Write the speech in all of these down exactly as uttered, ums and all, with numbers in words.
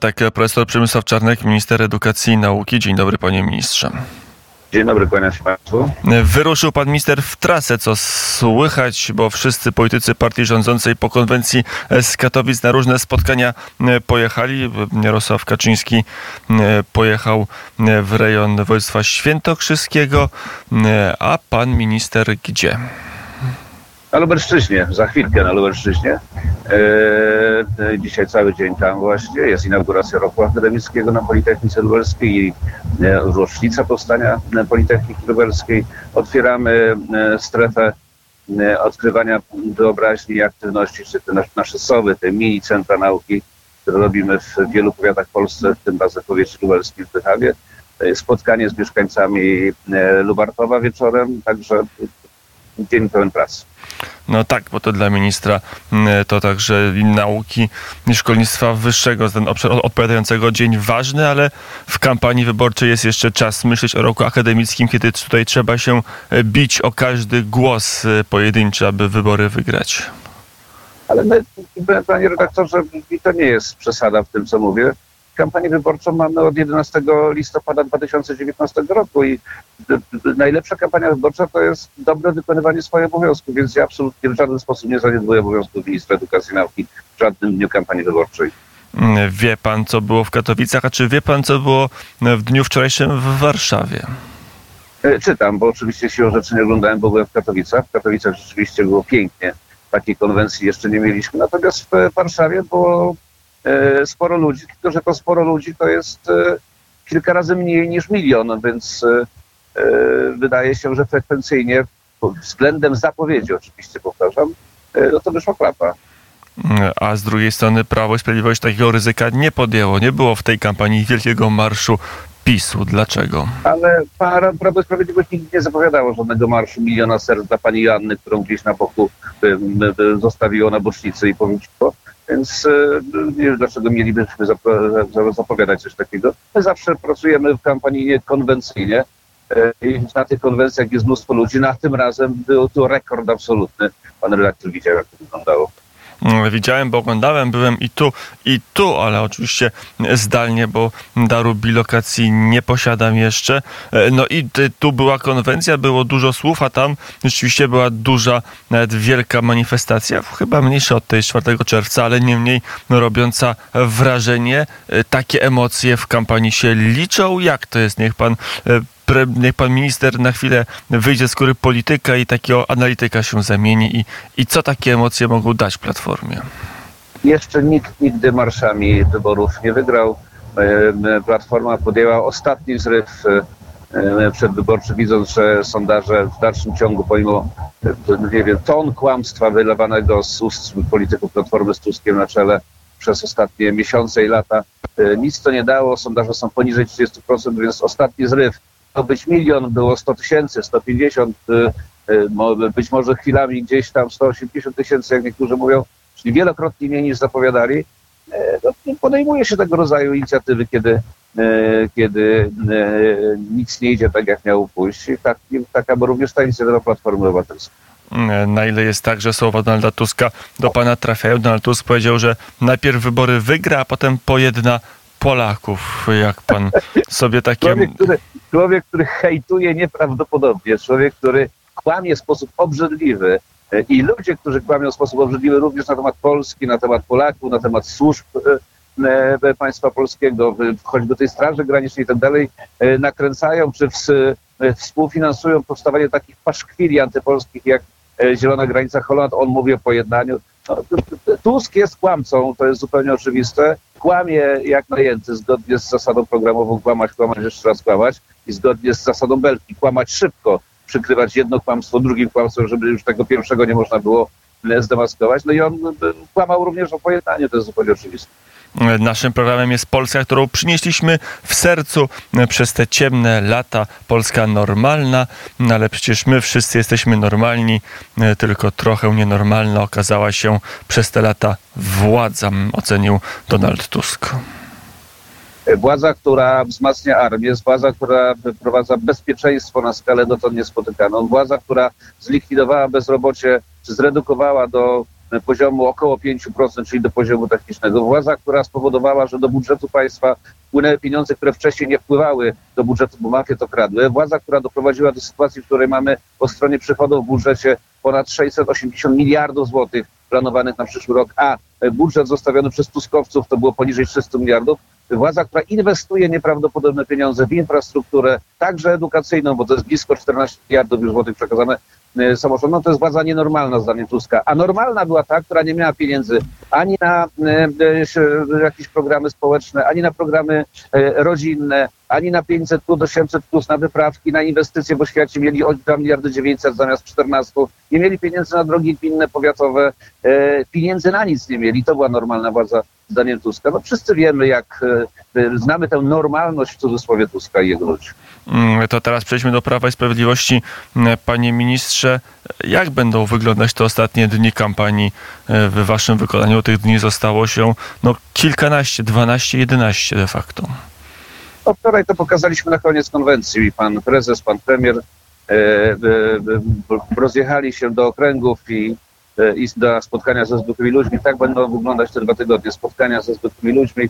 Tak, profesor Przemysław Czarnek, minister edukacji i nauki. Dzień dobry, panie ministrze. Dzień dobry, kłaniam się państwu. Wyruszył pan minister w trasę, co słychać, bo wszyscy politycy partii rządzącej po konwencji z Katowic na różne spotkania pojechali. Jarosław Kaczyński pojechał w rejon województwa świętokrzyskiego, a pan minister gdzie? Na Lubelszczyźnie, za chwilkę na Lubelszczyźnie. E, dzisiaj cały dzień tam właśnie. Jest inauguracja roku akademickiego na Politechnice Lubelskiej i e, rocznica powstania Politechniki Lubelskiej. Otwieramy e, strefę e, odkrywania wyobraźni i aktywności, czy te nasze sowy, te mini centra nauki, które robimy w wielu powiatach w Polsce, w tym bazę w powiecie lubelskim w Tychawie. E, spotkanie z mieszkańcami e, Lubartowa wieczorem, także dzień pełen pracy. No tak, bo to dla ministra to także i nauki i szkolnictwa wyższego, ten obszar odpowiadającego dzień ważny, ale w kampanii wyborczej jest jeszcze czas myśleć o roku akademickim, kiedy tutaj trzeba się bić o każdy głos pojedynczy, aby wybory wygrać. Ale my, panie redaktorze, i to nie jest przesada w tym, co mówię. Kampanię wyborczą mamy od jedenastego listopada dwa tysiące dziewiętnastego roku i najlepsza kampania wyborcza to jest dobre wykonywanie swoich obowiązków, więc ja absolutnie w żaden sposób nie zaniedbuję obowiązków ministra edukacji i nauki w żadnym dniu kampanii wyborczej. Wie pan, co było w Katowicach, a czy wie pan, co było w dniu wczorajszym w Warszawie? Czytam, bo oczywiście siłą rzeczy nie oglądałem, bo byłem w Katowicach. W Katowicach rzeczywiście było pięknie. Takiej konwencji jeszcze nie mieliśmy. Natomiast w Warszawie było sporo ludzi, tylko że to sporo ludzi to jest kilka razy mniej niż milion, więc wydaje się, że frekwencyjnie, względem zapowiedzi oczywiście, powtarzam, no to wyszła klapa. A z drugiej strony Prawo i Sprawiedliwość takiego ryzyka nie podjęło. Nie było w tej kampanii wielkiego marszu PiS-u. Dlaczego? Ale Prawo i Sprawiedliwość nigdy nie zapowiadało żadnego marszu miliona serc dla pani Joanny, którą gdzieś na boku zostawiło na bocznicy i powróciło. Więc nie wiem, dlaczego mielibyśmy zapowiadać coś takiego. My zawsze pracujemy w kampanii konwencyjnie i na tych konwencjach jest mnóstwo ludzi. Na tym razem był to rekord absolutny. Pan redaktor widział, jak to wyglądało. Widziałem, bo oglądałem, byłem i tu, i tu, ale oczywiście zdalnie, bo daru bilokacji nie posiadam jeszcze. No i tu była konwencja, było dużo słów, a tam rzeczywiście była duża, nawet wielka manifestacja, chyba mniejsza od tej czwartego czerwca, ale niemniej robiąca wrażenie. Takie emocje w kampanii się liczą. Jak to jest? Niech pan Niech pan minister na chwilę wyjdzie z skóry polityka i takiego analityka się zamieni. I, i co takie emocje mogą dać Platformie? Jeszcze nikt nigdy marszami wyborów nie wygrał. Platforma podjęła ostatni zryw przedwyborczy, widząc, że sondaże w dalszym ciągu, pomimo nie wiem, ton kłamstwa wylewanego z ust polityków Platformy z Tuskiem na czele przez ostatnie miesiące i lata, nic to nie dało. Sondaże są poniżej trzydzieści procent, więc ostatni zryw to być milion, było sto tysięcy, sto pięćdziesiąt, być może chwilami gdzieś tam sto osiemdziesiąt tysięcy, jak niektórzy mówią, czyli wielokrotnie mniej niż zapowiadali. No, podejmuje się tego rodzaju inicjatywy, kiedy, kiedy nic nie idzie tak, jak miało pójść. I tak, taka była również ta inicjatywa Platformy Obywatelskiej. Na ile jest tak, że słowa Donalda Tuska do pana trafiają? Donald Tusk powiedział, że najpierw wybory wygra, a potem pojedna Polaków. Jak pan sobie takie... Człowiek, który, człowiek, który hejtuje nieprawdopodobnie, człowiek, który kłamie w sposób obrzydliwy i ludzie, którzy kłamią w sposób obrzydliwy również na temat Polski, na temat Polaków, na temat służb e, państwa polskiego, choćby tej Straży Granicznej i tak dalej, e, nakręcają czy w, e, współfinansują powstawanie takich paszkwili antypolskich jak e, Zielona Granica Holand. On mówi o pojednaniu. No, Tusk jest kłamcą, to jest zupełnie oczywiste. Kłamie jak najęty, zgodnie z zasadą programową kłamać, kłamać, jeszcze raz kłamać i zgodnie z zasadą Belki, kłamać szybko, przykrywać jedno kłamstwo drugim kłamstwem, żeby już tego pierwszego nie można było zdemaskować. No i on kłamał również o pojednaniu, to jest zupełnie oczywiste. Naszym programem jest Polska, którą przynieśliśmy w sercu przez te ciemne lata. Polska normalna, no ale przecież my wszyscy jesteśmy normalni, tylko trochę nienormalna okazała się przez te lata władza, ocenił Donald Tusk. Władza, która wzmacnia armię, władza, która wprowadza bezpieczeństwo na skalę dotąd niespotykaną, władza, która zlikwidowała bezrobocie, czy zredukowała do poziomu około pięć procent, czyli do poziomu technicznego. Władza, która spowodowała, że do budżetu państwa wpłynęły pieniądze, które wcześniej nie wpływały do budżetu, bo mafie to kradły. Władza, która doprowadziła do sytuacji, w której mamy po stronie przychodów w budżecie ponad sześćset osiemdziesiąt miliardów złotych planowanych na przyszły rok, a budżet zostawiony przez tuskowców to było poniżej trzysta miliardów. Władza, która inwestuje nieprawdopodobne pieniądze w infrastrukturę, także edukacyjną, bo to jest blisko czternaście miliardów już złotych przekazane samorządom, no to jest władza nienormalna zdaniem Tuska. A normalna była ta, która nie miała pieniędzy ani na e, jakieś programy społeczne, ani na programy e, rodzinne, ani na pięćset plus, osiemset plus, na wyprawki, na inwestycje w oświacie mieli dwa miliardy dziewięćset zamiast czternastu. Nie mieli pieniędzy na drogi gminne, powiatowe, e, pieniędzy na nic nie mieli. To była normalna władza zdaniem Tuska. No wszyscy wiemy, jak e, znamy tę normalność w cudzysłowie Tuska i jego ludzi. To teraz przejdźmy do Prawa i Sprawiedliwości. Panie ministrze, jak będą wyglądać te ostatnie dni kampanii w waszym wykonaniu? Tych dni zostało się no, kilkanaście, dwanaście, jedenaście de facto. No, wczoraj to pokazaliśmy na koniec konwencji. Pan prezes, pan premier e, e, rozjechali się do okręgów i, e, i do spotkania ze zwykłymi ludźmi. Tak będą wyglądać te dwa tygodnie. Spotkania ze zwykłymi ludźmi.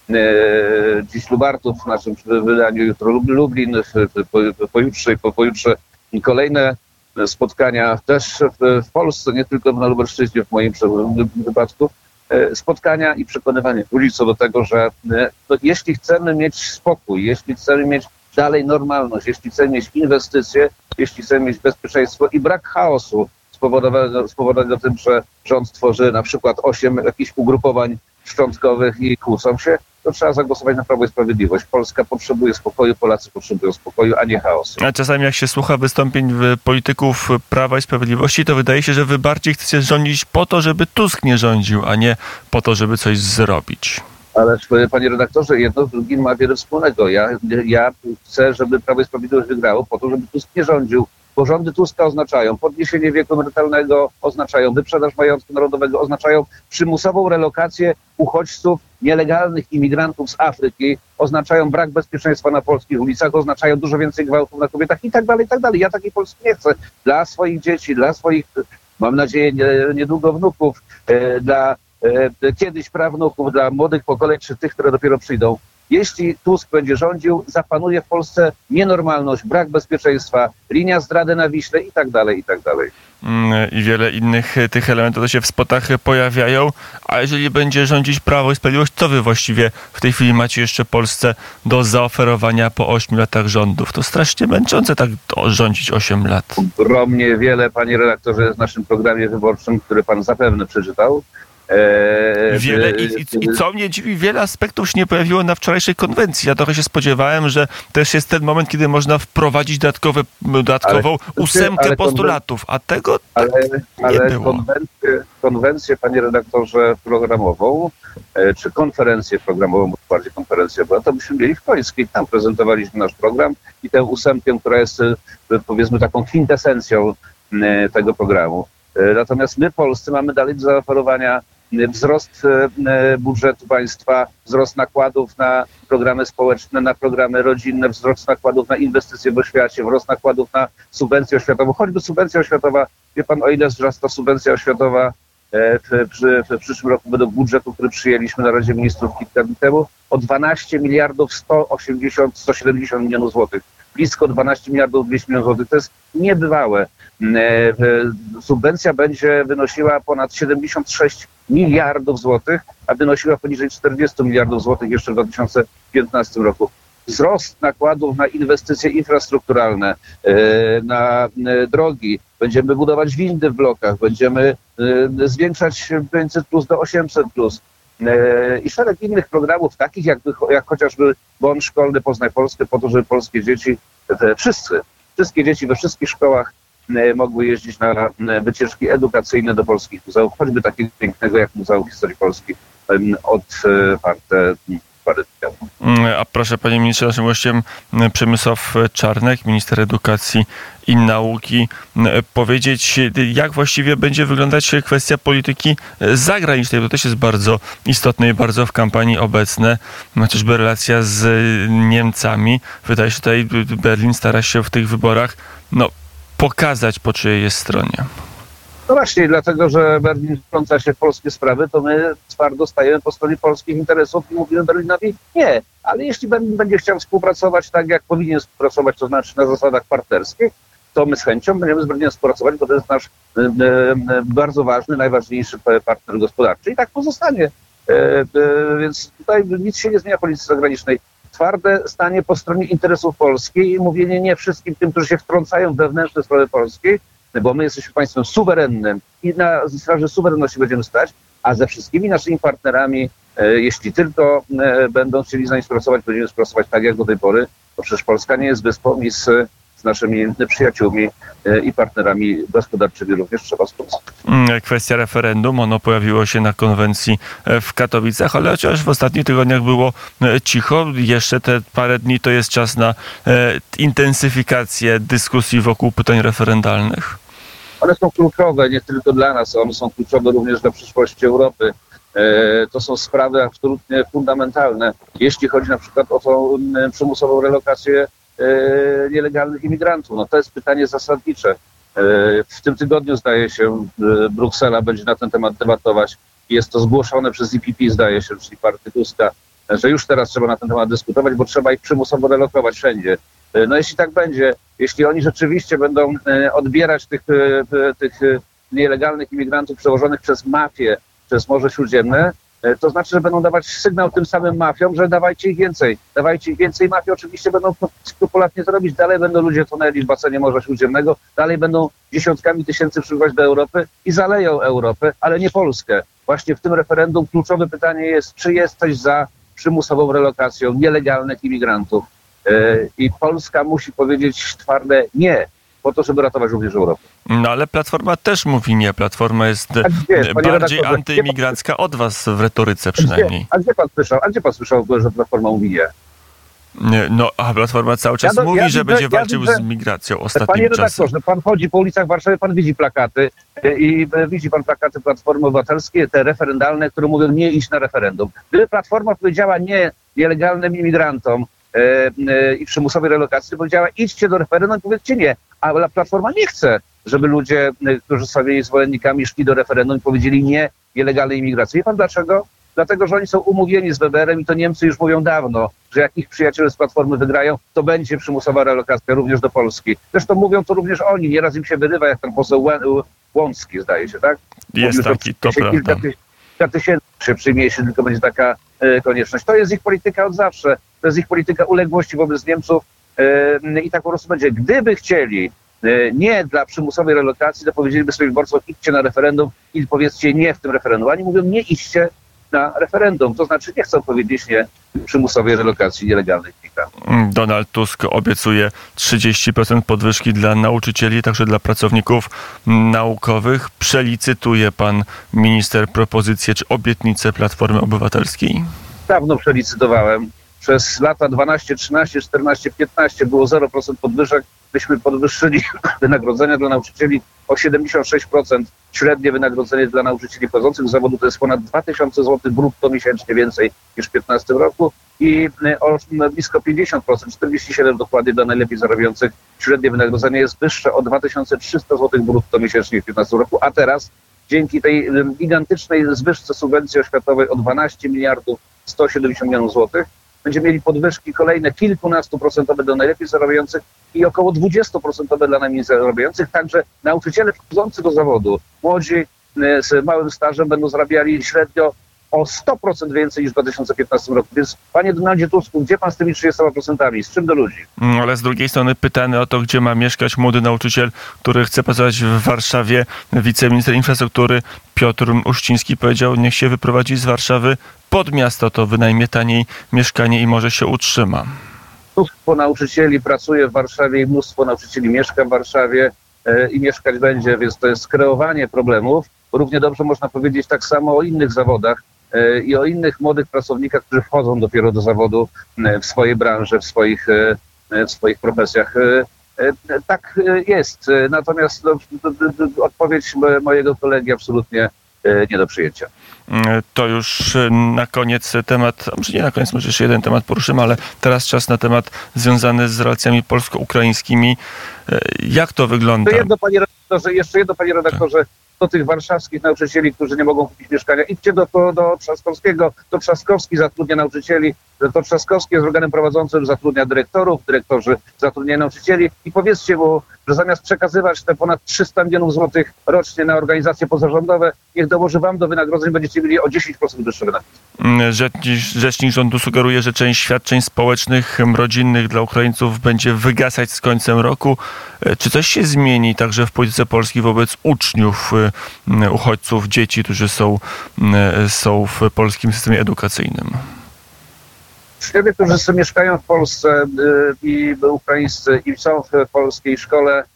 Dziś Lubartów w naszym wydaniu, jutro Lublin, pojutrze i po pojutrze kolejne spotkania też w Polsce, nie tylko na Lubelszczyźnie w moim wypadku, spotkania i przekonywanie ludzi co do tego, że no, jeśli chcemy mieć spokój, jeśli chcemy mieć dalej normalność, jeśli chcemy mieć inwestycje, jeśli chcemy mieć bezpieczeństwo i brak chaosu spowodowanego, spowodowanego tym, że rząd tworzy na przykład osiem jakichś ugrupowań szczątkowych i kłócą się, to trzeba zagłosować na Prawo i Sprawiedliwość. Polska potrzebuje spokoju, Polacy potrzebują spokoju, a nie chaosu. A czasami jak się słucha wystąpień polityków Prawa i Sprawiedliwości, to wydaje się, że wy bardziej chcecie rządzić po to, żeby Tusk nie rządził, a nie po to, żeby coś zrobić. Ale panie redaktorze, jedno z drugim ma wiele wspólnego. Ja, ja chcę, żeby Prawo i Sprawiedliwość wygrało po to, żeby Tusk nie rządził. Bo rządy Tuska oznaczają podniesienie wieku emerytalnego, oznaczają wyprzedaż majątku narodowego, oznaczają przymusową relokację uchodźców, nielegalnych imigrantów z Afryki, oznaczają brak bezpieczeństwa na polskich ulicach, oznaczają dużo więcej gwałtów na kobietach i tak dalej, i tak dalej. Ja takiej Polski nie chcę. Dla swoich dzieci, dla swoich, mam nadzieję, niedługo wnuków, dla kiedyś prawnuków, dla młodych pokoleń, czy tych, które dopiero przyjdą. Jeśli Tusk będzie rządził, zapanuje w Polsce nienormalność, brak bezpieczeństwa, linia zdrady na Wiśle i tak dalej, i tak dalej. I wiele innych tych elementów to się w spotach pojawiają. A jeżeli będzie rządzić Prawo i Sprawiedliwość, co wy właściwie w tej chwili macie jeszcze Polsce do zaoferowania po ośmiu latach rządów? To strasznie męczące tak rządzić osiem lat. Ogromnie wiele, panie redaktorze, w naszym programie wyborczym, który pan zapewne przeczytał. Eee, wiele i, i, i co mnie dziwi, wiele aspektów się nie pojawiło na wczorajszej konwencji. Ja trochę się spodziewałem, że też jest ten moment, kiedy można wprowadzić dodatkowe, dodatkową ale, ósemkę ale postulatów, a tego ale, tak nie ale było. Konwencję, konwencję, panie redaktorze, programową, e, czy konferencję programową, bo bardziej konferencja była, to byśmy mieli w Końskiej. Tam prezentowaliśmy nasz program i tę ósemkę, która jest e, powiedzmy taką kwintesencją e, tego programu. E, natomiast my, Polscy, mamy dalej do zaoferowania wzrost budżetu państwa, wzrost nakładów na programy społeczne, na programy rodzinne, wzrost nakładów na inwestycje w oświacie, wzrost nakładów na subwencję oświatową. Choćby subwencja oświatowa, wie pan, o ile wzrasta subwencja oświatowa w, przy, w przyszłym roku według budżetu, który przyjęliśmy na Radzie Ministrów kilka dni temu, o dwanaście miliardów sto osiemdziesiąt, sto siedemdziesiąt milionów złotych. Blisko dwanaście miliardów dwieście milionów złotych. To jest niebywałe. Subwencja będzie wynosiła ponad siedemdziesiąt sześć miliardów złotych, a wynosiła poniżej czterdzieści miliardów złotych jeszcze w dwa tysiące piętnastym roku. Wzrost nakładów na inwestycje infrastrukturalne, na drogi, będziemy budować windy w blokach, będziemy zwiększać pięćset plus do osiemset plus. I szereg innych programów, takich jak, jak chociażby bon szkolny Poznaj Polskę, po to, żeby polskie dzieci, te wszyscy, wszystkie dzieci we wszystkich szkołach mogły jeździć na wycieczki edukacyjne do polskich muzeów, choćby takiego pięknego jak Muzeum Historii Polski, otwarte parę dni temu. A proszę, panie ministrze, naszym gościem Przemysław Czarnek, minister edukacji i nauki, powiedzieć, jak właściwie będzie wyglądać kwestia polityki zagranicznej. To też jest bardzo istotne i bardzo w kampanii obecne. Chociażby relacja z Niemcami. Wydaje się, tutaj Berlin stara się w tych wyborach no, pokazać, po czyjej jest stronie. No właśnie, dlatego, że Berlin wtrąca się w polskie sprawy, to my twardo stajemy po stronie polskich interesów i mówimy Berlinowi nie. Ale jeśli Berlin będzie chciał współpracować tak, jak powinien współpracować, to znaczy na zasadach partnerskich, to my z chęcią będziemy z Berlinem współpracować, bo to jest nasz e, e, bardzo ważny, najważniejszy partner gospodarczy i tak pozostanie. E, e, więc tutaj nic się nie zmienia w polityce zagranicznej. Twarde stanie po stronie interesów Polski i mówienie nie wszystkim tym, którzy się wtrącają w wewnętrzne sprawy polskiej, bo my jesteśmy państwem suwerennym i na straży suwerenności będziemy stać, a ze wszystkimi naszymi partnerami, e, jeśli tylko e, będą chcieli z nami współpracować, będziemy współpracować tak jak do tej pory, bo przecież Polska nie jest wyspą i z, z naszymi przyjaciółmi e, i partnerami gospodarczymi również trzeba współpracować. Kwestia referendum, ono pojawiło się na konwencji w Katowicach, ale chociaż w ostatnich tygodniach było cicho, jeszcze te parę dni to jest czas na e, intensyfikację dyskusji wokół pytań referendalnych. One są kluczowe nie tylko dla nas, one są kluczowe również dla przyszłości Europy. To są sprawy absolutnie fundamentalne, jeśli chodzi na przykład o tą przymusową relokację nielegalnych imigrantów. No to jest pytanie zasadnicze. W tym tygodniu, zdaje się, Bruksela będzie na ten temat debatować. Jest to zgłoszone przez E P P, zdaje się, czyli partię Tuska, że już teraz trzeba na ten temat dyskutować, bo trzeba ich przymusowo relokować wszędzie. No jeśli tak będzie, jeśli oni rzeczywiście będą odbierać tych, tych nielegalnych imigrantów przewożonych przez mafię, przez Morze Śródziemne, to znaczy, że będą dawać sygnał tym samym mafiom, że dawajcie ich więcej. Dawajcie ich więcej. Mafie oczywiście będą skrupulatnie to robić. Dalej będą ludzie tonęli w basenie Morza Śródziemnego. Dalej będą dziesiątkami tysięcy przybywać do Europy i zaleją Europę, ale nie Polskę. Właśnie w tym referendum kluczowe pytanie jest, czy jesteś za przymusową relokacją nielegalnych imigrantów. I Polska musi powiedzieć twarde nie, po to, żeby ratować również Europę. No ale Platforma też mówi nie. Platforma jest gdzie, bardziej antyimigrancka od was w retoryce przynajmniej. A gdzie, a gdzie pan słyszał, a gdzie pan słyszał, że Platforma mówi nie? No, a Platforma cały czas ja do, mówi, ja że widzę, będzie ja walczył widzę, z migracją ostatnim Panie czasem. redaktorze, pan chodzi po ulicach Warszawy, pan widzi plakaty i widzi pan plakaty Platformy Obywatelskiej, te referendalne, które mówią nie iść na referendum. Gdyby Platforma powiedziała nie nielegalnym imigrantom e, e, i przymusowej relokacji, powiedziała idźcie do referendum i powiedzcie nie, a Platforma nie chce, żeby ludzie, którzy są jej zwolennikami, szli do referendum i powiedzieli nie nielegalnej imigracji. Wie pan dlaczego? Dlatego, że oni są umówieni z Weberem i to Niemcy już mówią dawno, że jak ich przyjaciele z Platformy wygrają, to będzie przymusowa relokacja również do Polski. Zresztą mówią to również oni, nieraz im się wyrywa, jak ten poseł Łącki, zdaje się, tak? Jest Mówił, taki, to prawda. Kilka, ty, kilka tysięcy się przyjmie, jeśli tylko będzie taka e, konieczność. To jest ich polityka od zawsze. To jest ich polityka uległości wobec Niemców e, i tak po prostu będzie. Gdyby chcieli e, nie dla przymusowej relokacji, to powiedzieliby swoim wyborcom, idźcie na referendum i powiedzcie nie w tym referendum. Oni mówią, nie idźcie na referendum. To znaczy nie chcą powiedzieć nie przymusowej relokacji nielegalnych migrantów. Donald Tusk obiecuje trzydzieści procent podwyżki dla nauczycieli, także dla pracowników naukowych. Przelicytuje pan minister propozycję czy obietnicę Platformy Obywatelskiej? Dawno przelicytowałem. Przez lata dwanaście, trzynaście, czternaście, piętnaście było zero procent podwyżek. Myśmy podwyższyli wynagrodzenia dla nauczycieli o siedemdziesiąt sześć procent. Średnie wynagrodzenie dla nauczycieli wchodzących z zawodu to jest ponad dwa tysiące złotych brutto miesięcznie więcej niż w piętnastym roku i o blisko pięćdziesiąt procent, czterdzieści siedem procent dokładnie dla najlepiej zarabiających. Średnie wynagrodzenie jest wyższe o dwa tysiące trzysta złotych brutto miesięcznie w piętnastym roku, a teraz dzięki tej gigantycznej zwyżce subwencji oświatowej o dwanaście miliardów sto siedemdziesiąt milionów złotych będziemy mieli podwyżki kolejne kilkunastoprocentowe dla najlepiej zarabiających i około dwudziestoprocentowe dla najmniej zarabiających. Także nauczyciele wchodzący do zawodu, młodzi z małym stażem będą zarabiali średnio o sto procent więcej niż w dwa tysiące piętnastym roku. Więc panie Donaldzie Tusku, gdzie pan z tymi trzydziestoma procentami? Z czym do ludzi? Ale z drugiej strony pytany o to, gdzie ma mieszkać młody nauczyciel, który chce pracować w Warszawie. Wiceminister infrastruktury Piotr Uściński powiedział, niech się wyprowadzi z Warszawy pod miasto, to wynajmie taniej mieszkanie i może się utrzyma. Mnóstwo nauczycieli pracuje w Warszawie i mnóstwo nauczycieli mieszka w Warszawie e, i mieszkać będzie, więc to jest kreowanie problemów. Równie dobrze można powiedzieć tak samo o innych zawodach e, i o innych młodych pracownikach, którzy wchodzą dopiero do zawodu e, w swojej branży, w swoich, e, w swoich profesjach. E, e, tak jest. Natomiast no, odpowiedź mojego kolegi absolutnie e, nie do przyjęcia. To już na koniec temat, może nie na koniec, może jeszcze jeden temat poruszymy, ale teraz czas na temat związany z relacjami polsko-ukraińskimi. Jak to wygląda? To jedno, panie redaktorze, jeszcze jedno, panie redaktorze. do tych warszawskich nauczycieli, którzy nie mogą kupić mieszkania. Idźcie do, do, do Trzaskowskiego, to Trzaskowski zatrudnia nauczycieli, to Trzaskowski jest organem prowadzącym, zatrudnia dyrektorów, dyrektorzy zatrudniają nauczycieli i powiedzcie mu, że zamiast przekazywać te ponad trzysta milionów złotych rocznie na organizacje pozarządowe, niech dołoży wam do wynagrodzeń, będziecie mieli o dziesięć procent wyższe wynagrodzenie. Rzecznik, rzecznik rządu sugeruje, że część świadczeń społecznych, rodzinnych dla Ukraińców będzie wygasać z końcem roku. Czy coś się zmieni także w polityce polskiej wobec uczniów, uchodźców, dzieci, którzy są, są w polskim systemie edukacyjnym? Uczniowie, którzy sobie mieszkają w Polsce i ukraińscy i są w polskiej szkole,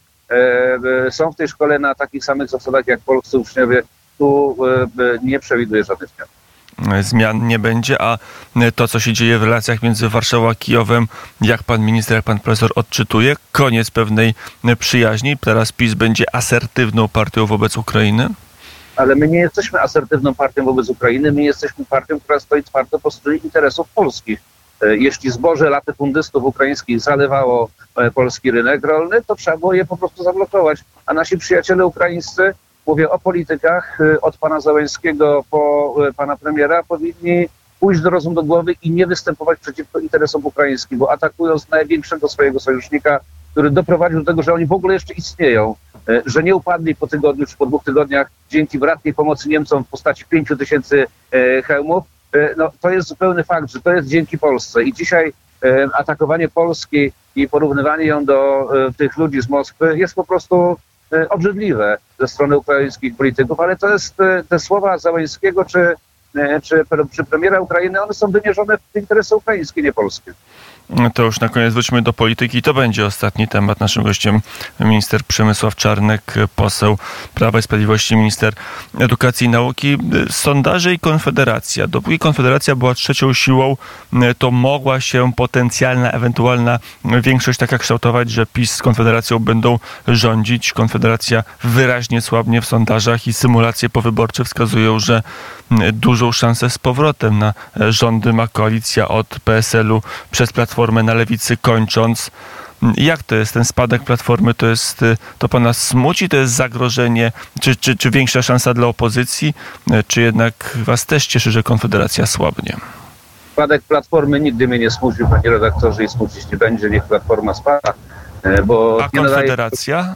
są w tej szkole na takich samych zasadach jak polscy uczniowie, tu nie przewiduje żadnych zmian. Zmian nie będzie, a to, co się dzieje w relacjach między Warszawą a Kijowem, jak pan minister, jak pan profesor odczytuje, koniec pewnej przyjaźni. Teraz PiS będzie asertywną partią wobec Ukrainy? Ale my nie jesteśmy asertywną partią wobec Ukrainy, my jesteśmy partią, która stoi twardo po stronie interesów polskich. Jeśli zboże latyfundystów ukraińskich zalewało polski rynek rolny, to trzeba było je po prostu zablokować. A nasi przyjaciele ukraińscy, mówię o politykach, od pana Załęskiego po pana premiera, powinni pójść do rozumu do głowy i nie występować przeciwko interesom ukraińskim, bo atakując największego swojego sojusznika, który doprowadził do tego, że oni w ogóle jeszcze istnieją, że nie upadli po tygodniu czy po dwóch tygodniach dzięki bratniej pomocy Niemcom w postaci pięciu tysięcy hełmów, no, to jest zupełny fakt, że to jest dzięki Polsce. I dzisiaj atakowanie Polski i porównywanie ją do tych ludzi z Moskwy jest po prostu obrzydliwe ze strony ukraińskich polityków, ale to jest te słowa Załęskiego czy, czy, czy premiera Ukrainy, one są wymierzone w interesy ukraińskie, nie polskie. To już na koniec wróćmy do polityki. To będzie ostatni temat. Naszym gościem minister Przemysław Czarnek, poseł Prawa i Sprawiedliwości, minister edukacji i nauki. Sondaże i Konfederacja. Dopóki Konfederacja była trzecią siłą, to mogła się potencjalna, ewentualna większość taka kształtować, że PiS z Konfederacją będą rządzić. Konfederacja wyraźnie słabnie w sondażach i symulacje powyborcze wskazują, że dużą szansę z powrotem na rządy ma koalicja od P S L-u przez Platformę na lewicy kończąc. Jak to jest ten spadek Platformy? To jest, to pana smuci? To jest zagrożenie? Czy, czy, czy większa szansa dla opozycji? Czy jednak was też cieszy, że Konfederacja słabnie? Spadek Platformy nigdy mnie nie smucił, panie redaktorze, i smucić nie będzie. Niech Platforma spada. Bo A Konfederacja? Nadaje...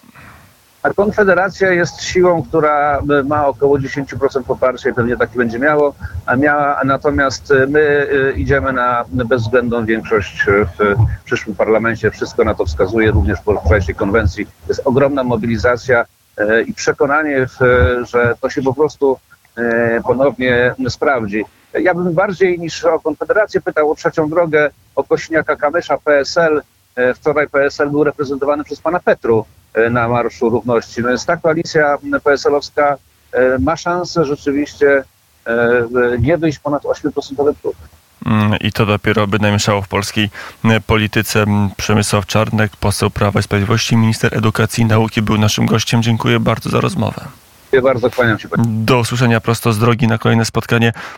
A Konfederacja jest siłą, która ma około dziesięć procent poparcia i pewnie taki będzie miało, a miała, natomiast my idziemy na bezwzględną większość w przyszłym parlamencie. Wszystko na to wskazuje, również po wczorajszej konwencji. Jest ogromna mobilizacja i przekonanie, że to się po prostu ponownie sprawdzi. Ja bym bardziej niż o Konfederację pytał o trzecią drogę, o Kośniaka-Kamysza, P S L. Wczoraj P S L był reprezentowany przez pana Petru na Marszu Równości. No więc ta koalicja P S L-owska ma szansę rzeczywiście nie wyjść ponad osiem procent próg. I to dopiero by namieszało w polskiej polityce. Przemysław Czarnek, poseł Prawa i Sprawiedliwości, minister edukacji i nauki, był naszym gościem. Dziękuję bardzo za rozmowę. Dziękuję bardzo, kłaniam się. Do usłyszenia prosto z drogi na kolejne spotkanie